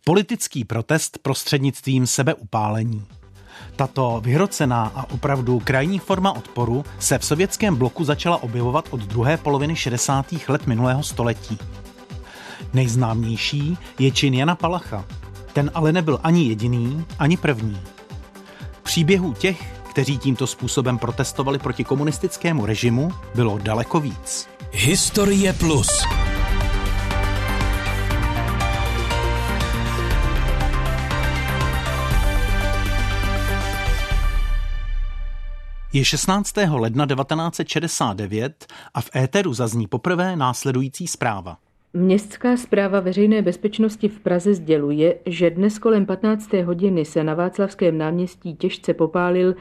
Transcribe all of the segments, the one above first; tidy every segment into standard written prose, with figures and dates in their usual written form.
Politický protest prostřednictvím sebeupálení. Tato vyhrocená a opravdu krajní forma odporu se v sovětském bloku začala objevovat od druhé poloviny 60. let minulého století. Nejznámější je čin Jana Palacha. Ten ale nebyl ani jediný, ani první. Příběhů těch, kteří tímto způsobem protestovali proti komunistickému režimu, bylo daleko víc. Historie plus. Je 16. ledna 1969 a v éteru zazní poprvé následující zpráva. Městská správa veřejné bezpečnosti v Praze sděluje, že dnes kolem 15. hodiny se na Václavském náměstí těžce popálil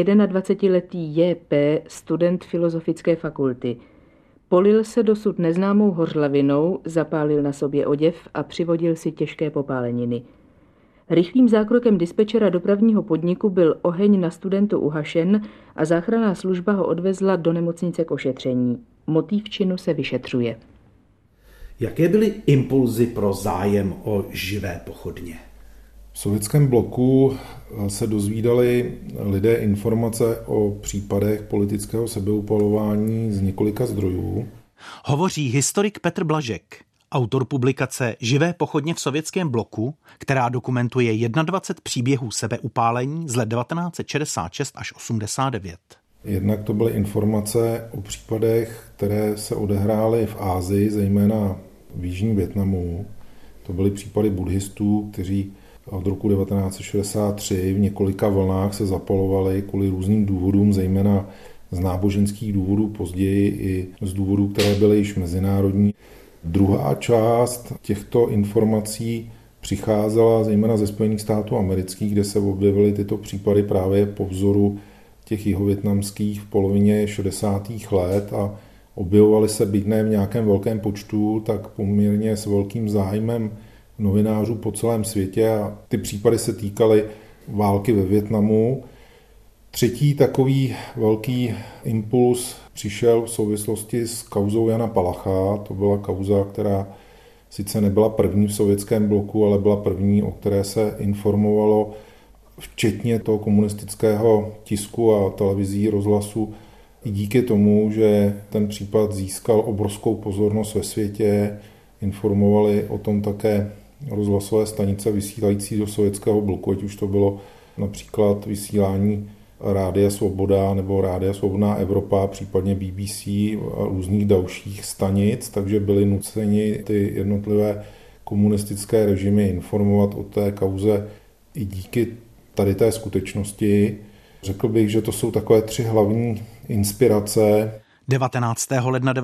21letý J.P., student Filozofické fakulty. Polil se dosud neznámou hořlavinou, zapálil na sobě oděv a přivodil si těžké popáleniny. Rychlým zákrokem dispečera dopravního podniku byl oheň na studentu uhašen a záchranná služba ho odvezla do nemocnice k ošetření. Motiv činu se vyšetřuje. Jaké byly impulzy pro zájem o živé pochodně? V sovětském bloku se dozvídali lidé informace o případech politického sebeupalování z několika zdrojů. Hovoří historik Petr Blažek, autor publikace Živé pochodně v sovětském bloku, která dokumentuje 21 příběhů sebeupálení z let 1966 až 89. Jednak to byly informace o případech, které se odehrály v Asii, zejména v jižním Vietnamu. To byly případy buddhistů, kteří od roku 1963 v několika vlnách se zapalovali kvůli různým důvodům, zejména z náboženských důvodů, později i z důvodů, které byly již mezinárodní. Druhá část těchto informací přicházela zejména ze Spojených států amerických, kde se objevily tyto případy právě po vzoru těch jihovietnamských v polovině 60. let a objevovaly se byť ne v nějakém velkém počtu, tak poměrně s velkým zájmem novinářů po celém světě a ty případy se týkaly války ve Vietnamu. Třetí takový velký impuls přišel v souvislosti s kauzou Jana Palacha. To byla kauza, která sice nebyla první v sovětském bloku, ale byla první, o které se informovalo včetně toho komunistického tisku a televizí, rozhlasu, i díky tomu, že ten případ získal obrovskou pozornost ve světě. Informovali o tom také rozhlasové stanice vysílající do sovětského bloku, ať už to bylo například vysílání Rádia Svoboda nebo Rádia Svobodná Evropa, případně BBC a různých dalších stanic, takže byli nuceni ty jednotlivé komunistické režimy informovat o té kauze i díky tady té skutečnosti. Řekl bych, že to jsou takové 3 hlavní inspirace. 19. ledna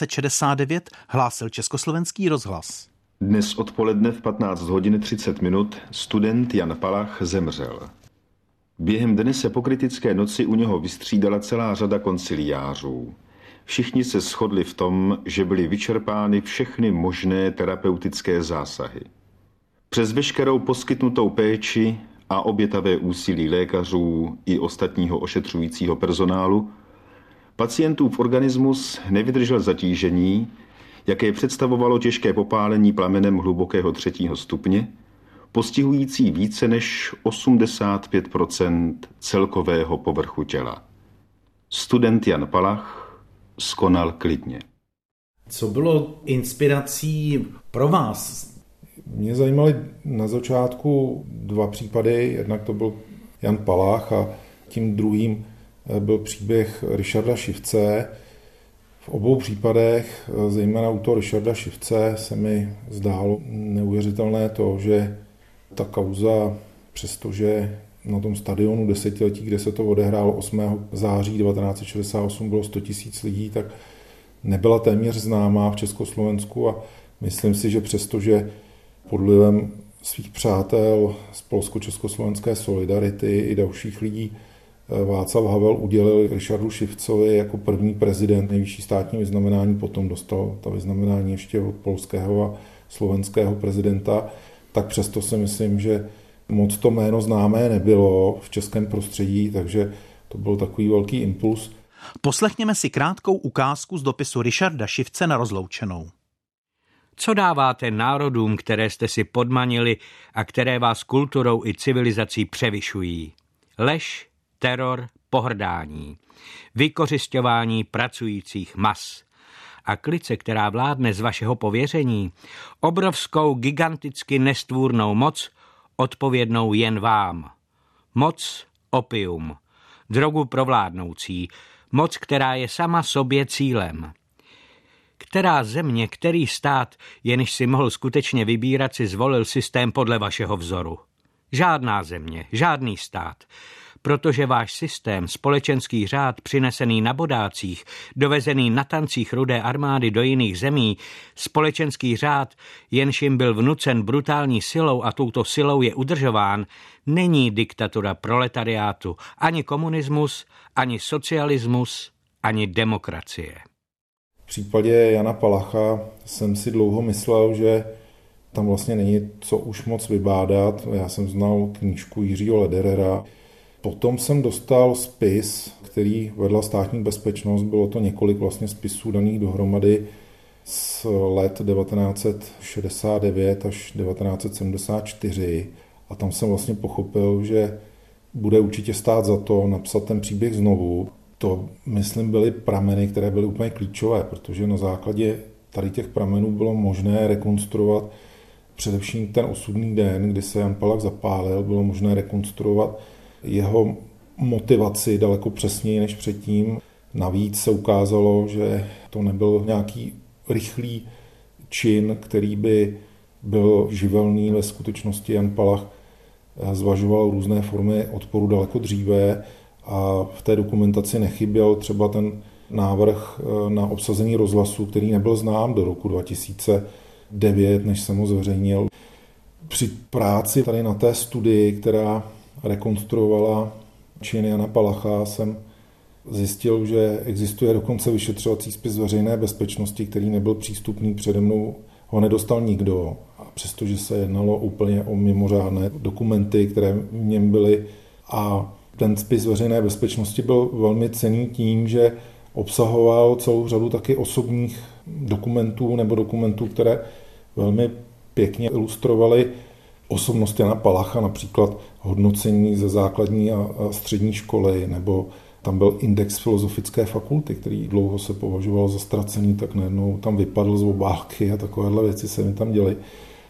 1969 hlásil Československý rozhlas. Dnes odpoledne v 15 hodin 30 minut student Jan Palach zemřel. Během dne se po kritické noci u něho vystřídala celá řada konciliářů. Všichni se shodli v tom, že byly vyčerpány všechny možné terapeutické zásahy. Přes veškerou poskytnutou péči a obětavé úsilí lékařů i ostatního ošetřujícího personálu pacientův organismus nevydržel zatížení, jaké představovalo těžké popálení plamenem hlubokého 3. stupně, postihující více než 85% celkového povrchu těla. Student Jan Palach skonal klidně. Co bylo inspirací pro vás? Mě zajímaly na začátku 2 případy. Jednak to byl Jan Palach a tím druhým byl příběh Richarda Šivce. V obou případech, zejména u toho Richarda Šivce, se mi zdálo neuvěřitelné to, že ta kauza, přestože na tom stadionu desetiletí, kde se to odehrálo 8. září 1968, bylo 100 000 lidí, tak nebyla téměř známá v Československu a myslím si, že přestože pod vlivem svých přátel z Polsko-Československé solidarity i dalších lidí Václav Havel udělil Richardu Šivcovi jako první prezident nejvyšší státní vyznamenání, potom dostal ta vyznamenání ještě od polského a slovenského prezidenta, tak přesto si myslím, že moc to jméno známé nebylo v českém prostředí, takže to byl takový velký impuls. Poslechněme si krátkou ukázku z dopisu Richarda Šivce na rozloučenou. Co dáváte národům, které jste si podmanili a které vás kulturou i civilizací převyšují? Lež, teror, pohrdání, vykořisťování pracujících mas. A klice, která vládne z vašeho pověření, obrovskou, giganticky nestvůrnou moc, odpovědnou jen vám. Moc opium, drogu provládnoucí, moc, která je sama sobě cílem. Která země, který stát, jenž si mohl skutečně vybírat, si zvolil systém podle vašeho vzoru? Žádná země, žádný stát. Protože váš systém, společenský řád přinesený na bodácích, dovezený na tancích Rudé armády do jiných zemí, společenský řád, jenž jim byl vnucen brutální silou a touto silou je udržován, není diktatura proletariátu, ani komunismus, ani socialismus, ani demokracie. V případě Jana Palacha jsem si dlouho myslel, že tam vlastně není co už moc vybádat. Já jsem znal knížku Jiřího Lederera. Potom jsem dostal spis, který vedla Státní bezpečnost. Bylo to několik vlastně spisů daných dohromady z let 1969 až 1974. A tam jsem vlastně pochopil, že bude určitě stát za to napsat ten příběh znovu. To, myslím, byly prameny, které byly úplně klíčové, protože na základě tady těch pramenů bylo možné rekonstruovat především ten osudný den, kdy se Jan Palach zapálil, bylo možné rekonstruovat jeho motivaci daleko přesněji než předtím. Navíc se ukázalo, že to nebyl nějaký rychlý čin, který by byl živelný. Ve skutečnosti Jan Palach zvažoval různé formy odporu daleko dříve a v té dokumentaci nechyběl třeba ten návrh na obsazení rozhlasu, který nebyl znám do roku 2009, než jsem ho zveřejnil. Při práci tady na té studii, která rekonstruovala činy Jana Palacha, jsem zjistil, že existuje dokonce vyšetřovací spis veřejné bezpečnosti, který nebyl přístupný přede mnou, ho nedostal nikdo. A přestože se jednalo úplně o mimořádné dokumenty, které v něm byly. A ten spis veřejné bezpečnosti byl velmi cenný tím, že obsahoval celou řadu taky osobních dokumentů nebo dokumentů, které velmi pěkně ilustrovaly osobnost Jana Palacha, například hodnocení ze základní a střední školy, nebo tam byl index filozofické fakulty, který dlouho se považoval za ztracený, tak najednou tam vypadl z obálky a takovéhle věci se mi tam děly.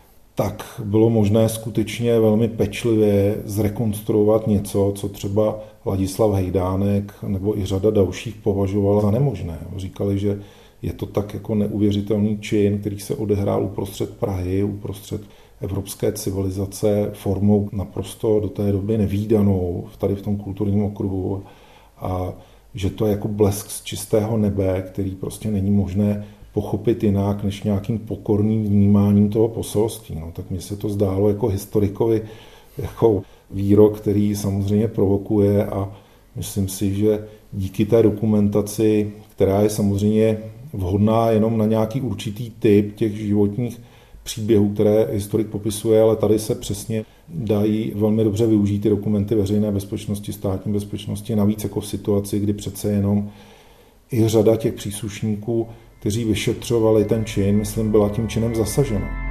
Tak bylo možné skutečně velmi pečlivě zrekonstruovat něco, co třeba Ladislav Hejdánek nebo i řada dalších považovala za nemožné. Říkali, že je to tak jako neuvěřitelný čin, který se odehrál uprostřed Prahy, uprostřed evropské civilizace formou naprosto do té doby nevídanou tady v tom kulturním okruhu a že to je jako blesk z čistého nebe, který prostě není možné pochopit jinak než nějakým pokorným vnímáním toho poselství. No, tak mně se to zdálo jako historikovi jako výrok, který samozřejmě provokuje a myslím si, že díky té dokumentaci, která je samozřejmě vhodná jenom na nějaký určitý typ těch životních příběhů, které historik popisuje, ale tady se přesně dají velmi dobře využít ty dokumenty veřejné bezpečnosti, státní bezpečnosti, navíc jako v situaci, kdy přece jenom i řada těch příslušníků, kteří vyšetřovali ten čin, myslím, byla tím činem zasažena.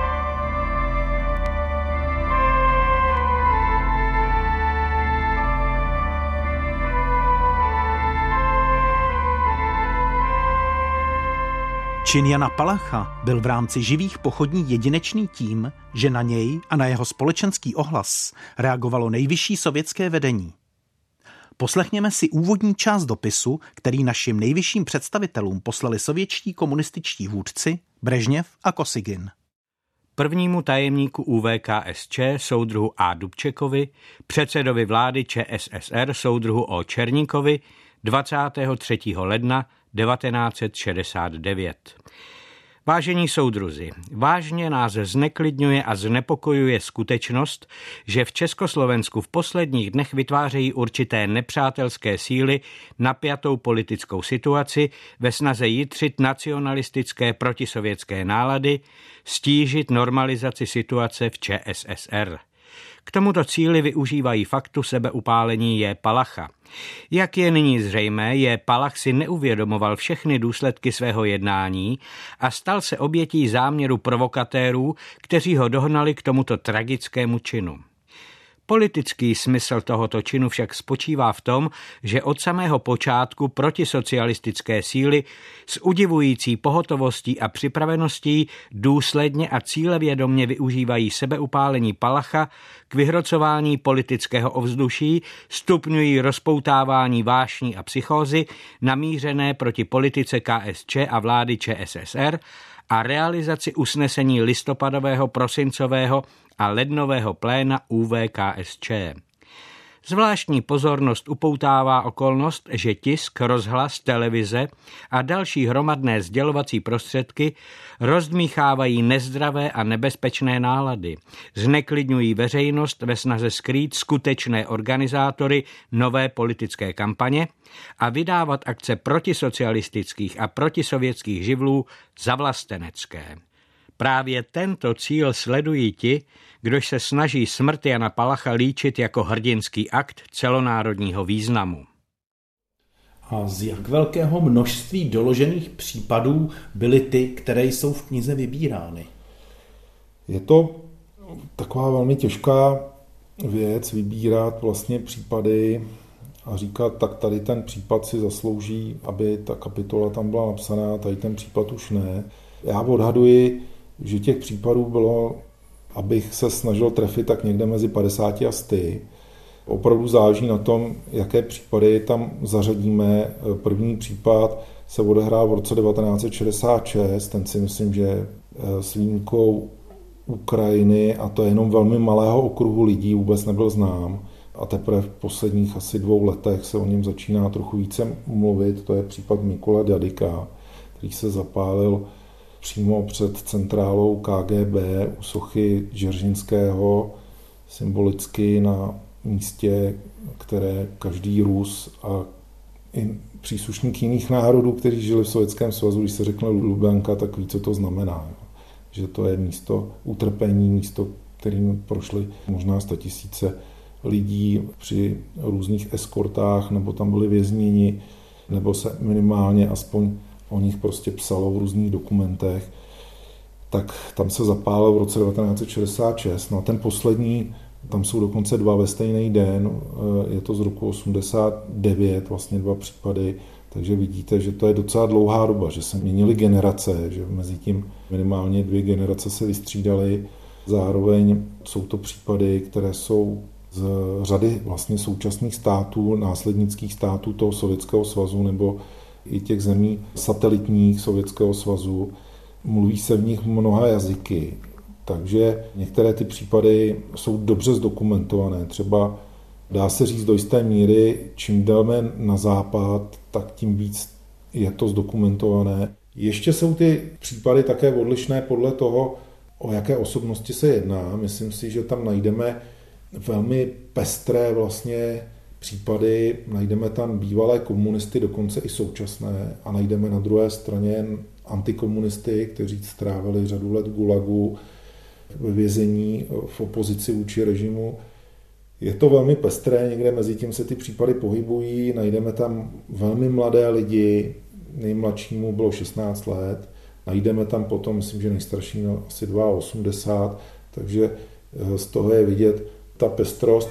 Čin Jana Palacha byl v rámci živých pochodní jedinečný tím, že na něj a na jeho společenský ohlas reagovalo nejvyšší sovětské vedení. Poslechněme si úvodní část dopisu, který našim nejvyšším představitelům poslali sovětští komunističtí vůdci Brežněv a Kosygin. Prvnímu tajemníku UVKSČ soudruhu A. Dubčekovi, předsedovi vlády ČSSR soudruhu O. Černíkovi 23. ledna 1969. Vážení soudruzi, vážně nás zneklidňuje a znepokojuje skutečnost, že v Československu v posledních dnech vytvářejí určité nepřátelské síly napjatou politickou situaci ve snaze jitřit nacionalistické protisovětské nálady, stížit normalizaci situace v ČSSR. K tomuto cíli využívají faktu sebeupálení J. Palacha. Jak je nyní zřejmé, J. Palach si neuvědomoval všechny důsledky svého jednání a stal se obětí záměru provokatérů, kteří ho dohnali k tomuto tragickému činu. Politický smysl tohoto činu však spočívá v tom, že od samého počátku protisocialistické síly s udivující pohotovostí a připraveností důsledně a cílevědomně využívají sebeupálení Palacha k vyhrocování politického ovzduší, stupňují rozpoutávání vášní a psychózy namířené proti politice KSČ a vlády ČSSR a realizaci usnesení listopadového, prosincového a lednového pléna UVKSČ. Zvláštní pozornost upoutává okolnost, že tisk, rozhlas, televize a další hromadné sdělovací prostředky rozdmíchávají nezdravé a nebezpečné nálady, zneklidňují veřejnost ve snaze skrýt skutečné organizátory nové politické kampaně a vydávat akce protisocialistických a protisovětských živlů za vlastenecké. Právě tento cíl sledují ti, kdož se snaží smrt Jana Palacha líčit jako hrdinský akt celonárodního významu. A z jak velkého množství doložených případů byly ty, které jsou v knize vybírány? Je to taková velmi těžká věc vybírat vlastně případy a říkat, tak tady ten případ si zaslouží, aby ta kapitola tam byla napsaná, tady ten případ už ne. Já odhaduji, že těch případů bylo, abych se snažil trefit, tak někde mezi 50 a 100. Opravdu záleží na tom, jaké případy tam zařadíme. První případ se odehrál v roce 1966, ten si myslím, že s výjimkou Ukrajiny, a to je jenom velmi malého okruhu lidí, vůbec nebyl znám. A teprve v posledních asi 2 letech se o něm začíná trochu více mluvit. To je případ Mikola Dadika, který se zapálil přímo před centrálou KGB u sochy Dzeržinského, symbolicky na místě, které každý Rus a i příslušník jiných národů, kteří žili v Sovětském svazu, když se řekne Lubjanka, tak ví, co to znamená. Že to je místo utrpení, místo, kterým prošly možná 100 000 lidí při různých eskortách, nebo tam byli vězněni, nebo se minimálně aspoň o nich prostě psalo v různých dokumentech, tak tam se zapálil v roce 1966. No a ten poslední, tam jsou dokonce 2 ve stejný den, je to z roku 89, vlastně 2 případy, takže vidíte, že to je docela dlouhá doba, že se měnily generace, že mezi tím minimálně 2 generace se vystřídaly. Zároveň jsou to případy, které jsou z řady vlastně současných států, následnických států toho Sovětského svazu nebo i těch zemí satelitních Sovětského svazu. Mluví se v nich mnoha jazyky, takže některé ty případy jsou dobře zdokumentované. Třeba dá se říct do jisté míry, čím jdeme na západ, tak tím víc je to zdokumentované. Ještě jsou ty případy také odlišné podle toho, o jaké osobnosti se jedná. Myslím si, že tam najdeme velmi pestré vlastně případy, najdeme tam bývalé komunisty, dokonce i současné, a najdeme na druhé straně antikomunisty, kteří strávili řadu let v gulagu, ve vězení, v opozici vůči režimu. Je to velmi pestré, někde mezi tím se ty případy pohybují, najdeme tam velmi mladé lidi, nejmladšímu bylo 16 let, najdeme tam potom, myslím, že nejstarší měl asi 82, takže z toho je vidět ta pestrost.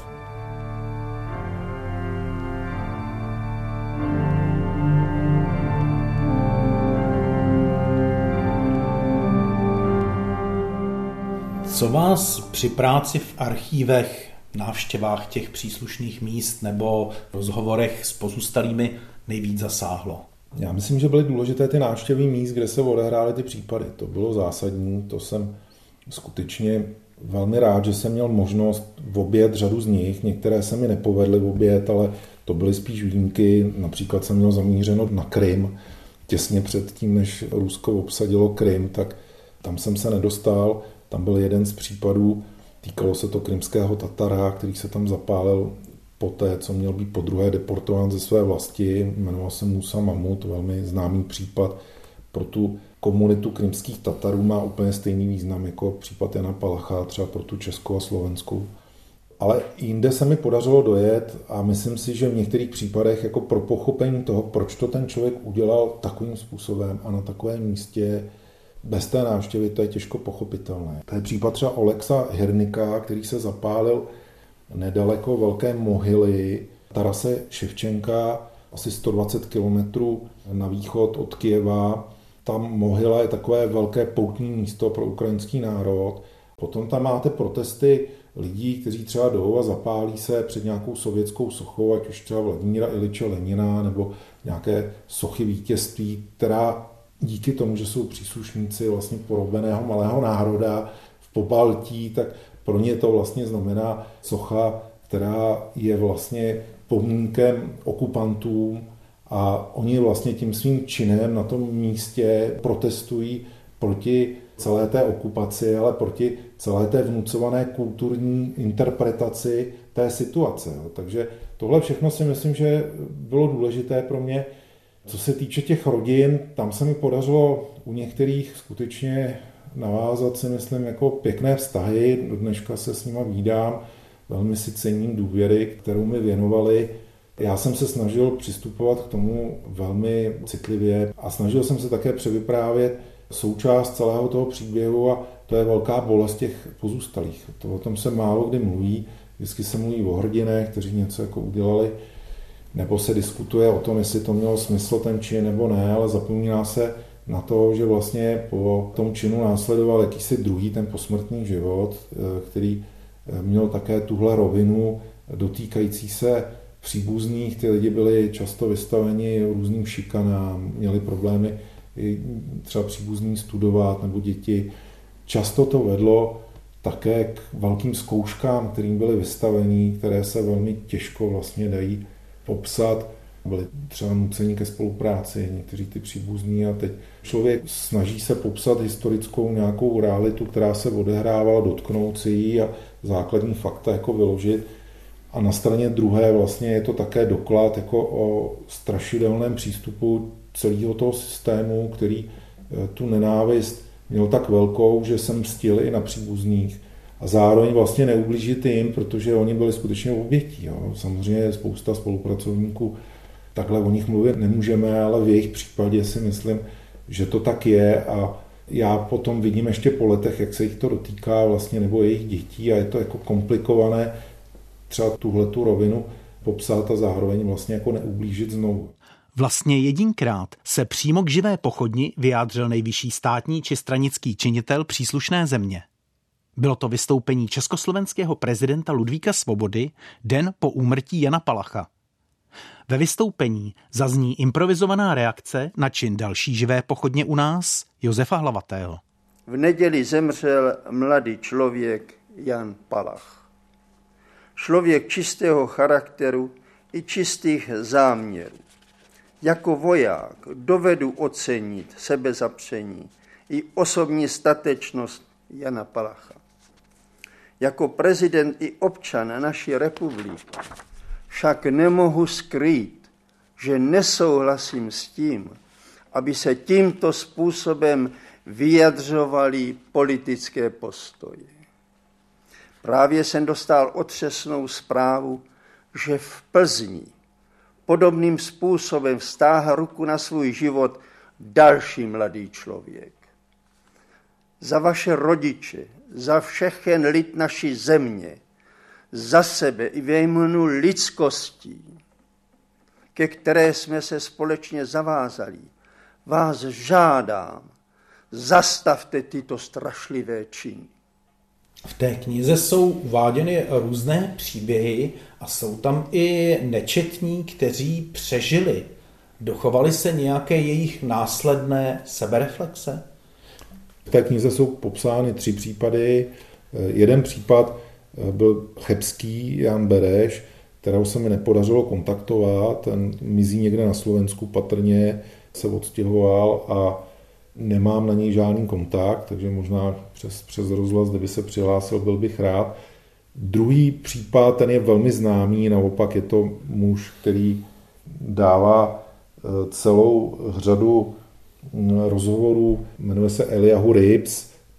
Co vás při práci v archívech, návštěvách těch příslušných míst nebo rozhovorech s pozůstalými nejvíc zasáhlo? Já myslím, že byly důležité ty návštěvy míst, kde se odehrály ty případy. To bylo zásadní, to jsem skutečně velmi rád, že jsem měl možnost objet řadu z nich. Některé se mi nepovedly objet, ale to byly spíš výjimky. Například jsem měl zamířeno na Krym. Těsně před tím, než Rusko obsadilo Krym, tak tam jsem se nedostal. Tam byl jeden z případů, týkalo se to krymského Tatara, který se tam zapálil poté, co měl být podruhé deportován ze své vlasti. Jmenoval se Musa Mamut, velmi známý případ. Pro tu komunitu krymských Tatarů má úplně stejný význam jako případ Jana Palacha, třeba pro tu českou a slovenskou Ale jinde se mi podařilo dojet a myslím si, že v některých případech jako pro pochopení toho, proč to ten člověk udělal takovým způsobem a na takovém místě, bez té návštěvy, to je těžko pochopitelné. To je případ třeba Olexa Hirnika, který se zapálil nedaleko Velké Mohyly Tarase Ševčenka, asi 120 kilometrů na východ od Kyjeva. Tam Mohyla je takové velké poutní místo pro ukrajinský národ. Potom tam máte protesty lidí, kteří třeba jdou a zapálí se před nějakou sovětskou sochou, ať už třeba Vladimíra Iliče Lenina nebo nějaké sochy vítězství, která díky tomu, že jsou příslušníci vlastně porobeného malého národa v Pobaltí, tak pro ně to vlastně znamená socha, která je vlastně pomínkem okupantům a oni vlastně tím svým činem na tom místě protestují proti celé té okupaci, ale proti celé té vnucované kulturní interpretaci té situace. Takže tohle všechno si myslím, že bylo důležité pro mě. Co se týče těch rodin, tam se mi podařilo u některých skutečně navázat si myslím jako pěkné vztahy. Do dneška se s nima vídám, velmi si cením důvěry, kterou mi věnovali. Já jsem se snažil přistupovat k tomu velmi citlivě a snažil jsem se také převyprávět součást celého toho příběhu a to je velká bolest těch pozůstalých. O tom se málo kdy mluví, vždycky se mluví o hrdinech, kteří něco jako udělali, nebo se diskutuje o tom, jestli to mělo smysl ten čin nebo ne, ale zapomíná se na to, že vlastně po tom činu následoval jakýsi druhý, ten posmrtný život, který měl také tuhle rovinu dotýkající se příbuzných. Ty lidi byli často vystaveni různým šikanám, měli problémy třeba příbuzní studovat nebo děti. Často to vedlo také k velkým zkouškám, kterým byli vystaveni, které se velmi těžko vlastně dají popsat. Byli třeba nuceni ke spolupráci, někteří ty příbuzní a teď člověk snaží se popsat historickou nějakou realitu, která se odehrávala, dotknout si ji a základní fakta jako vyložit. A na straně druhé vlastně je to také doklad jako o strašidelném přístupu celého toho systému, který tu nenávist měl tak velkou, že se mstil i na příbuzných a zároveň vlastně neublížit jim, protože oni byli skutečně obětí. Jo. Samozřejmě spousta spolupracovníků, takhle o nich mluvit nemůžeme, ale v jejich případě si myslím, že to tak je a já potom vidím ještě po letech, jak se jich to dotýká vlastně, nebo jejich dětí a je to jako komplikované třeba tuhletu rovinu popsat a zároveň vlastně jako neublížit znovu. Vlastně jedinkrát se přímo k živé pochodni vyjádřil nejvyšší státní či stranický činitel příslušné země. Bylo to vystoupení československého prezidenta Ludvíka Svobody den po úmrtí Jana Palacha. Ve vystoupení zazní improvizovaná reakce na čin další živé pochodně u nás Josefa Hlavatého. V neděli zemřel mladý člověk Jan Palach. Člověk čistého charakteru i čistých záměrů. Jako voják dovedu ocenit sebezapření i osobní statečnost Jana Palacha. Jako prezident i občan naší republiky však nemohu skrýt, že nesouhlasím s tím, aby se tímto způsobem vyjadřovaly politické postoje. Právě jsem dostal otřesnou zprávu, že v Plzni podobným způsobem vztáhl ruku na svůj život další mladý člověk. Za vaše rodiče, za všechen lid naší země, za sebe i ve jménu lidskostí, ke které jsme se společně zavázali, vás žádám, zastavte tyto strašlivé činy. V té knize jsou uváděny různé příběhy a jsou tam i nečetní, kteří přežili. Dochovaly se nějaké jejich následné sebereflexe? V té knize jsou popsány 3 případy. Jeden případ byl chebský Jan Bereš, kterého se mi nepodařilo kontaktovat. Ten mizí někde na Slovensku, patrně se odstěhoval a nemám na něj žádný kontakt, takže možná přes rozhlas, kdyby se přihlásil, byl bych rád. Druhý případ, ten je velmi známý, naopak je to muž, který dává celou řadu rozhovorů, jmenuje se Eliahu Ribs,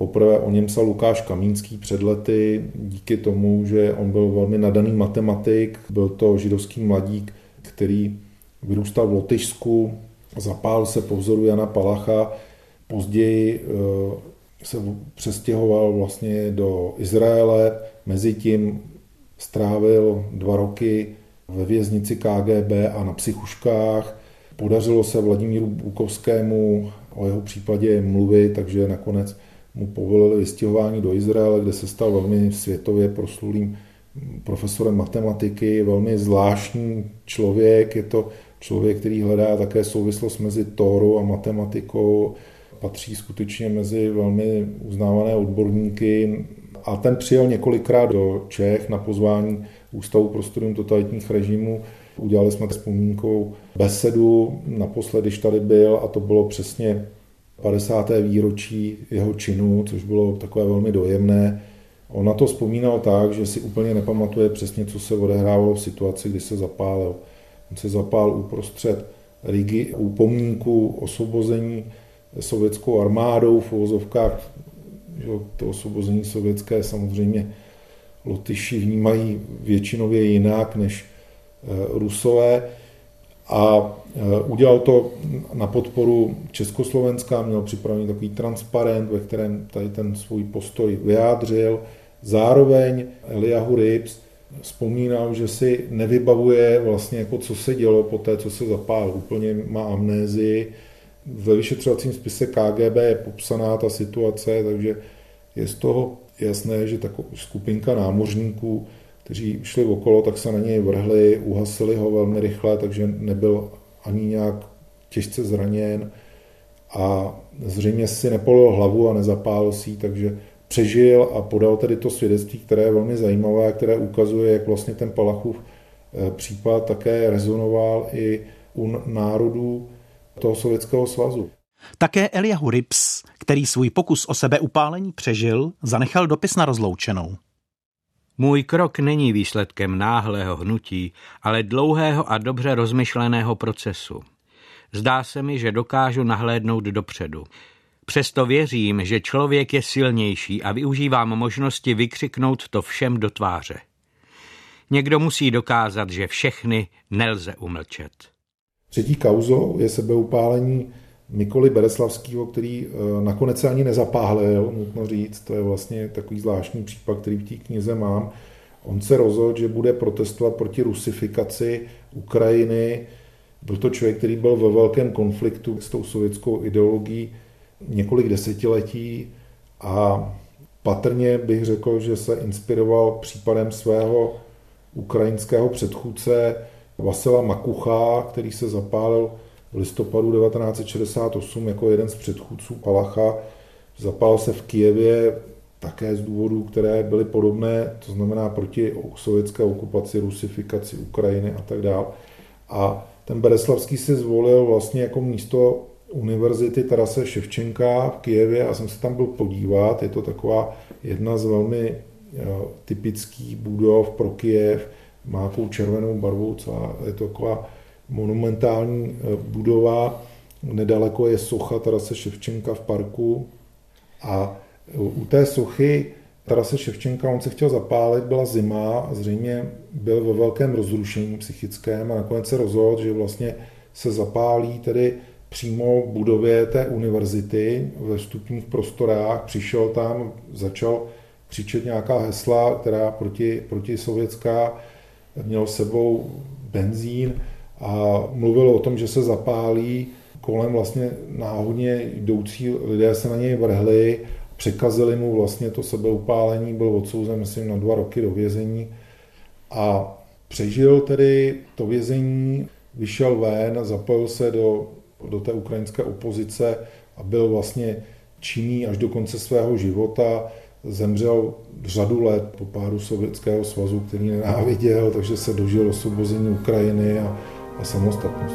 Poprvé o něm psal Lukáš Kamínský před lety, díky tomu, že on byl velmi nadaný matematik, byl to židovský mladík, který vyrůstal v Lotyšsku, zapálil se po vzoru Jana Palacha, později se přestěhoval vlastně do Izraele, mezitím strávil 2 roky ve věznici KGB a na psychuškách. Podařilo se Vladimíru Bukovskému o jeho případě mluvit, takže nakonec mu povolili vystěhování do Izraele, kde se stal velmi světově proslulým profesorem matematiky, velmi zvláštní člověk. Je to člověk, který hledá také souvislost mezi Tórou a matematikou, patří skutečně mezi velmi uznávané odborníky a ten přijel několikrát do Čech na pozvání Ústavu pro studium totalitních režimů. Udělali jsme vzpomínkou besedu, naposledy, když tady byl, a to bylo přesně 50. výročí jeho činu, což bylo takové velmi dojemné. On na to vzpomínal tak, že si úplně nepamatuje přesně, co se odehrávalo v situaci, kdy se zapálil. On se zapálil uprostřed Rigy u pomníku osvobození sovětskou armádou v uvozovkách. To osvobození sovětské samozřejmě Lotyši vnímají většinově jinak než Rusové. A udělal to na podporu Československa, měl připravený takový transparent, ve kterém tady ten svůj postoj vyjádřil. Zároveň Eliahu Rips vzpomínal, že si nevybavuje vlastně, jako co se dělo po té, co se zapálil. Úplně má amnézii. Ve vyšetřovacím spise KGB je popsaná ta situace, takže je z toho jasné, že taková skupinka námořníků, kteří šli okolo, tak se na něj vrhli, uhasili ho velmi rychle, takže nebyl ani nějak těžce zraněn a zřejmě si nepolil hlavu a nezapálil si, takže přežil a podal tedy to svědectví, které je velmi zajímavé, které ukazuje, jak vlastně ten Palachův případ také rezonoval i u národů toho Sovětského svazu. Také Eliahu Rips, který svůj pokus o sebeupálení přežil, zanechal dopis na rozloučenou. Můj krok není výsledkem náhlého hnutí, ale dlouhého a dobře rozmyšleného procesu. Zdá se mi, že dokážu nahlédnout dopředu. Přesto věřím, že člověk je silnější a využívám možnosti vykřiknout to všem do tváře. Někdo musí dokázat, že všechny nelze umlčet. Třetí kauzou je sebeupálení Mikoly Bereslavského, který nakonec se ani nezapálil, nutno říct. To je vlastně takový zvláštní případ, který v té knize mám. On se rozhodl, že bude protestovat proti rusifikaci Ukrajiny. Byl to člověk, který byl ve velkém konfliktu s tou sovětskou ideologií několik desetiletí a patrně bych řekl, že se inspiroval případem svého ukrajinského předchůdce Vasila Makucha, který se zapálil v listopadu 1968 jako jeden z předchůdců Palacha. Zapálil se v Kyjevě také z důvodů, které byly podobné, to znamená proti sovětské okupaci, rusifikaci Ukrajiny a tak dále. A ten Bereslavský si zvolil vlastně jako místo univerzity Tarase Ševčenka v Kyjevě a jsem se tam byl podívat. Je to taková jedna z velmi typických budov pro Kyjev, má takovou červenou barvu, je to taková monumentální budova. Nedaleko je socha Tarase Ševčenka v parku a u té sochy Tarase Ševčenka on se chtěl zapálit, byla zima a zřejmě byl ve velkém rozrušení psychickém a nakonec se rozhodl, že vlastně se zapálí tedy přímo v budově té univerzity ve vstupních prostorách. Přišel tam, začal křičet nějaká hesla, která proti sovětská, měl s sebou benzín a mluvil o tom, že se zapálí. Kolem vlastně náhodně jdoucí lidé se na něj vrhli, překazili mu vlastně to sebeupálení, byl odsouzen, myslím, na 2 roky do vězení a přežil tedy to vězení, vyšel ven, zapojil se do té ukrajinské opozice a byl vlastně činný až do konce svého života. Zemřel řadu let po pádu Sovětského svazu, který nenáviděl, takže se dožil osvobození Ukrajiny a samostatnosti.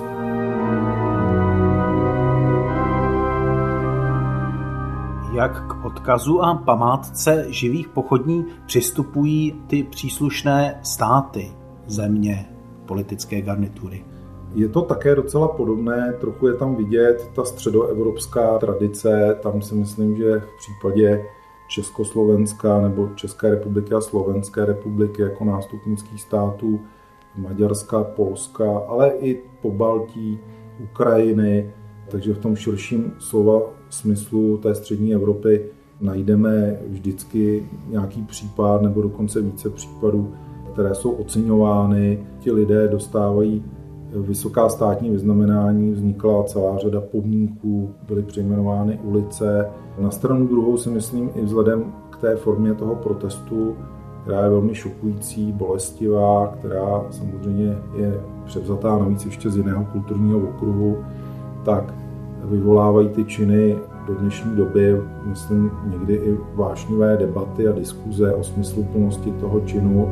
Jak k odkazu a památce živých pochodní přistupují ty příslušné státy, země, politické garnitury? Je to také docela podobné, trochu je tam vidět ta středoevropská tradice, tam si myslím, že v případě Československa nebo České republiky a Slovenské republiky jako nástupnických států, Maďarska, Polska, ale i Pobaltí, Ukrajiny. Takže v tom širším slova smyslu té střední Evropy najdeme vždycky nějaký případ nebo dokonce více případů, které jsou oceňovány. Ti lidé dostávají vysoká státní vyznamenání, vznikla celá řada pomníků, byly přejmenovány ulice. Na stranu druhou si myslím i vzhledem k té formě toho protestu, která je velmi šokující, bolestivá, která samozřejmě je převzatá navíc ještě z jiného kulturního okruhu, tak vyvolávají ty činy do dnešní doby, myslím, někdy i vášnivé debaty a diskuze o smysluplnosti toho činu.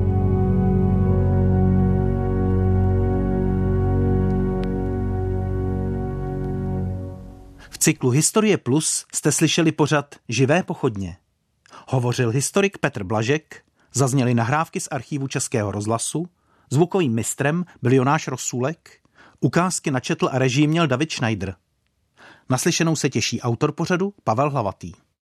V cyklu Historie Plus jste slyšeli pořad Živé pochodně. Hovořil historik Petr Blažek, zazněly nahrávky z archívu Českého rozhlasu, zvukovým mistrem byl Jonáš Rosůlek, ukázky načetl a režii měl David Schneider. Naslyšenou se těší autor pořadu Pavel Hlavatý.